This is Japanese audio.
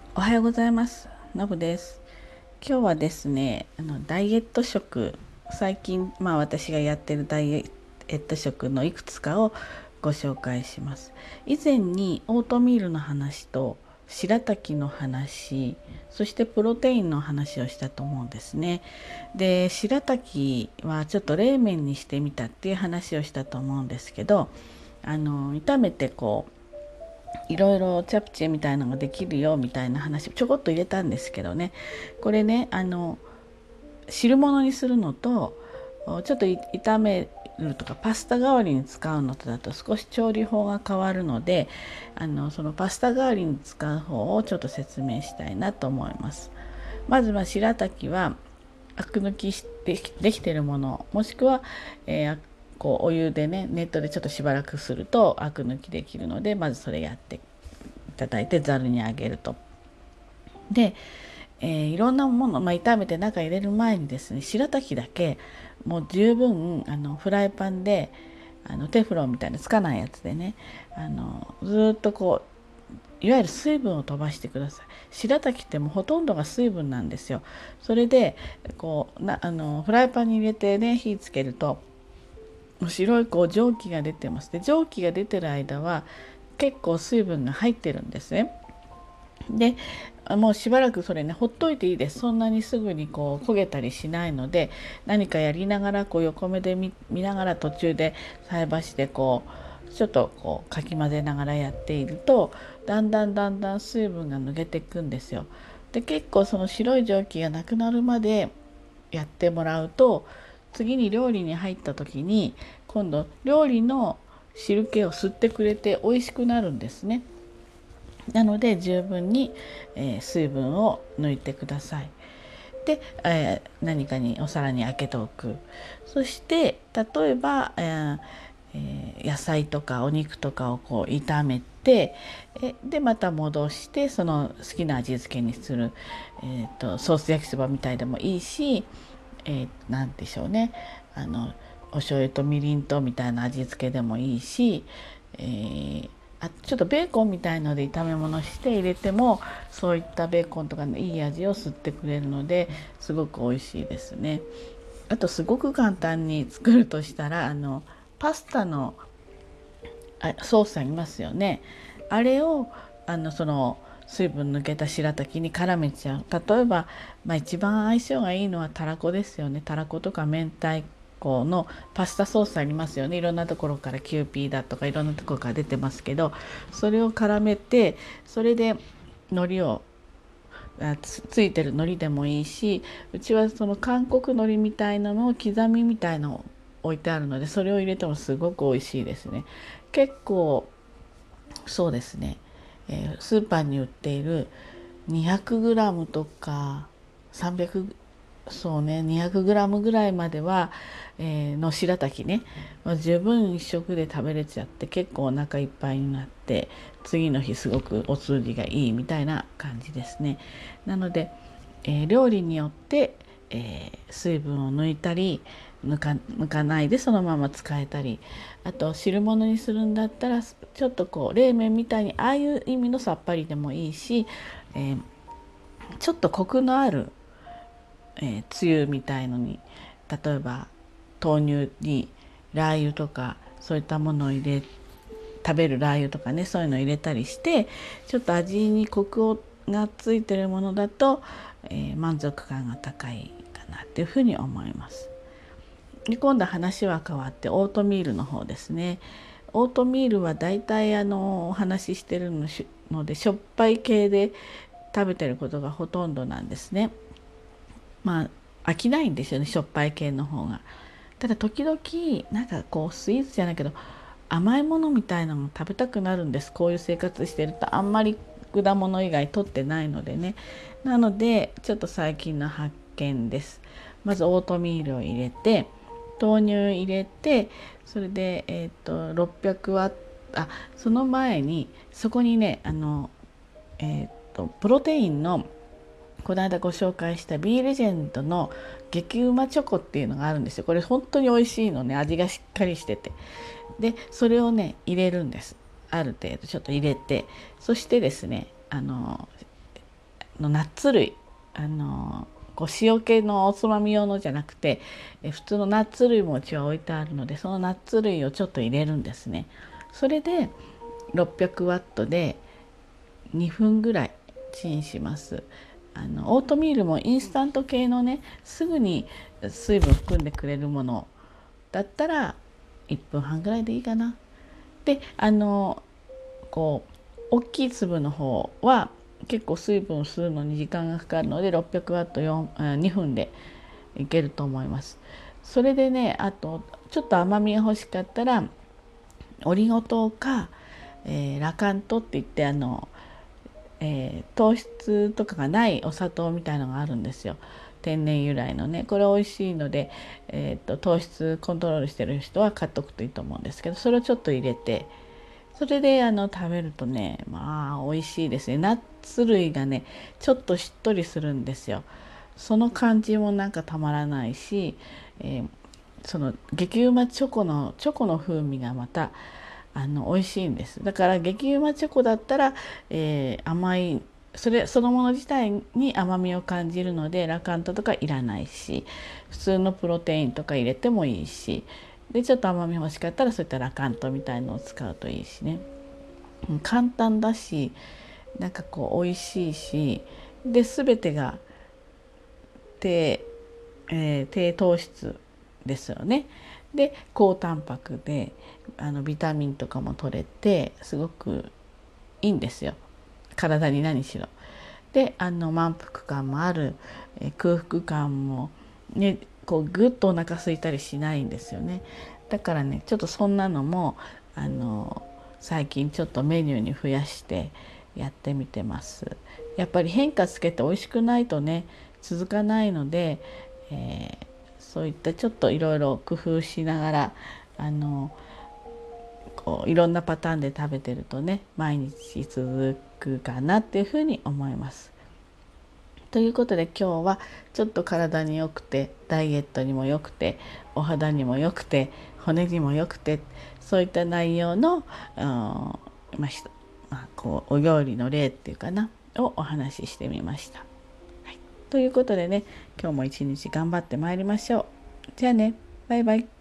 おはようございます。のぶです。今日はですね、ダイエット食、最近私がやってるダイエット食のいくつかをご紹介します。以前にオートミールの話と白滝の話、そしてプロテインの話をしたと思うんですね。で、白滝はちょっと冷麺にしてみたっていう話をしたと思うんですけど、炒めていろいろチャプチェみたいなのができるよみたいな話をちょこっと入れたんですけどね、これね、汁物にするのとちょっと炒めるとかパスタ代わりに使うのとだと少し調理法が変わるので、そのパスタ代わりに使う方をちょっと説明したいなと思います。まずは白滝はアク抜きしてできているもの、もしくは、お湯でね、熱湯でちょっとしばらくするとアク抜きできるので、まずそれやっていただいてざるにあげると。で、いろんなもの、炒めて中入れる前にですね、白滝だけもう十分フライパンでテフロンみたいなつかないやつでね、ずっといわゆる水分を飛ばしてください。白滝ってもうほとんどが水分なんですよ。それでフライパンに入れてね、火つけると白い蒸気が出てます。で、蒸気が出てる間は結構水分が入ってるんですね。で、もうしばらくそれね、ほっといていいです。そんなにすぐに焦げたりしないので、何かやりながら横目で見ながら、途中で菜箸でちょっとかき混ぜながらやっていると、だんだん水分が抜けていくんですよ。で、結構その白い蒸気がなくなるまでやってもらうと、次に料理に入った時に今度料理の汁気を吸ってくれて美味しくなるんですね。なので十分に、水分を抜いてください。で、何かにお皿に開けておく。そして例えば、野菜とかお肉とかを炒めて、でまた戻してその好きな味付けにする、ソース焼きそばみたいでもいいし、なんでしょうね、お醤油とみりんとみたいな味付けでもいいし、ちょっとベーコンみたいので炒め物して入れても、そういったベーコンとかのいい味を吸ってくれるのですごく美味しいですね。あとすごく簡単に作るとしたら、パスタのソースありますよね。あれをその水分抜けた白滝に絡めちゃう。例えば、一番相性がいいのはたらこですよね。たらことか明太子のパスタソースありますよね。いろんなところからキューピーだとかいろんなところから出てますけど、それを絡めて、それで海苔をついてる海苔でもいいし、うちはその韓国海苔みたいなのを刻みみたいのを置いてあるので、それを入れてもすごく美味しいですね。結構そうですね、スーパーに売っている 200g とか300、そうね、 200g ぐらいまでは、の白滝ね、十分一食で食べれちゃって結構お腹いっぱいになって、次の日すごくお通じがいいみたいな感じですね。なので、料理によって、水分を抜いたり抜かないでそのまま使えたり、あと汁物にするんだったらちょっと冷麺みたいにああいう意味のさっぱりでもいいし、ちょっとコクのある、つゆみたいのに、例えば豆乳にラー油とかそういったものを食べるラー油とかね、そういうのを入れたりして、ちょっと味にコクがついてるものだと、満足感が高いかなっていうふうに思います。で、今度話は変わってオートミールの方ですね。オートミールはだいたいお話ししてるのでしょっぱい系で食べてることがほとんどなんですね。飽きないんですよね、しょっぱい系の方が。ただ時々なんかスイーツじゃないけど甘いものみたいなの食べたくなるんです。こういう生活してるとあんまり果物以外取ってないのでね。なのでちょっと最近の発見です。まずオートミールを入れて、豆乳入れて、それで600ワット、その前にそこにね、プロテインのこの間ご紹介した B レジェンドの激うまチョコっていうのがあるんですよ。これ本当に美味しいのね、味がしっかりしてて。でそれをね入れるんです。ある程度ちょっと入れて、そしてですね、 のナッツ類、塩気のおつまみ用のじゃなくて、普通のナッツ類もうちは置いてあるので、そのナッツ類をちょっと入れるんですね。それで600ワットで2分ぐらいチンします。オートミールもインスタント系のね、すぐに水分含んでくれるものだったら1分半ぐらいでいいかな。でこう大きい粒の方は結構水分を吸うのに時間がかかるので600ワット2分でいけると思います。それでね、あとちょっと甘みが欲しかったらオリゴ糖か、ラカントって言って糖質とかがないお砂糖みたいのがあるんですよ。天然由来のね、これ美味しいので、糖質コントロールしてる人は買っとくといいと思うんですけど、それをちょっと入れて、それで食べるとね、まあ美味しいですね。ナッツ類がねちょっとしっとりするんですよ。その感じもなんかたまらないし、その激うまチョコの風味がまた美味しいんです。だから激うまチョコだったら、甘いそのもの自体に甘みを感じるのでラカントとかいらないし、普通のプロテインとか入れてもいいし、でちょっと甘み欲しかったらそういったラカントみたいのを使うといいしね、簡単だし、なんかこう美味しいし、で全てが低、低糖質ですよね。で高タンパクでビタミンとかも取れてすごくいいんですよ、体に何しろ。で満腹感もある、空腹感もね、こうぐっとお腹空いたりしないんですよね。だからねちょっとそんなのも最近ちょっとメニューに増やしてやってみてます。やっぱり変化つけて美味しくないとね続かないので、そういったちょっといろいろ工夫しながらこういろんなパターンで食べてるとね毎日続くかなっていうふうに思います。ということで今日はちょっと体に良くてダイエットにも良くてお肌にも良くて骨にも良くて、そういった内容の、こうお料理の例っていうかなをお話ししてみました。はい、ということでね今日も一日頑張ってまいりましょう。じゃあね、バイバイ。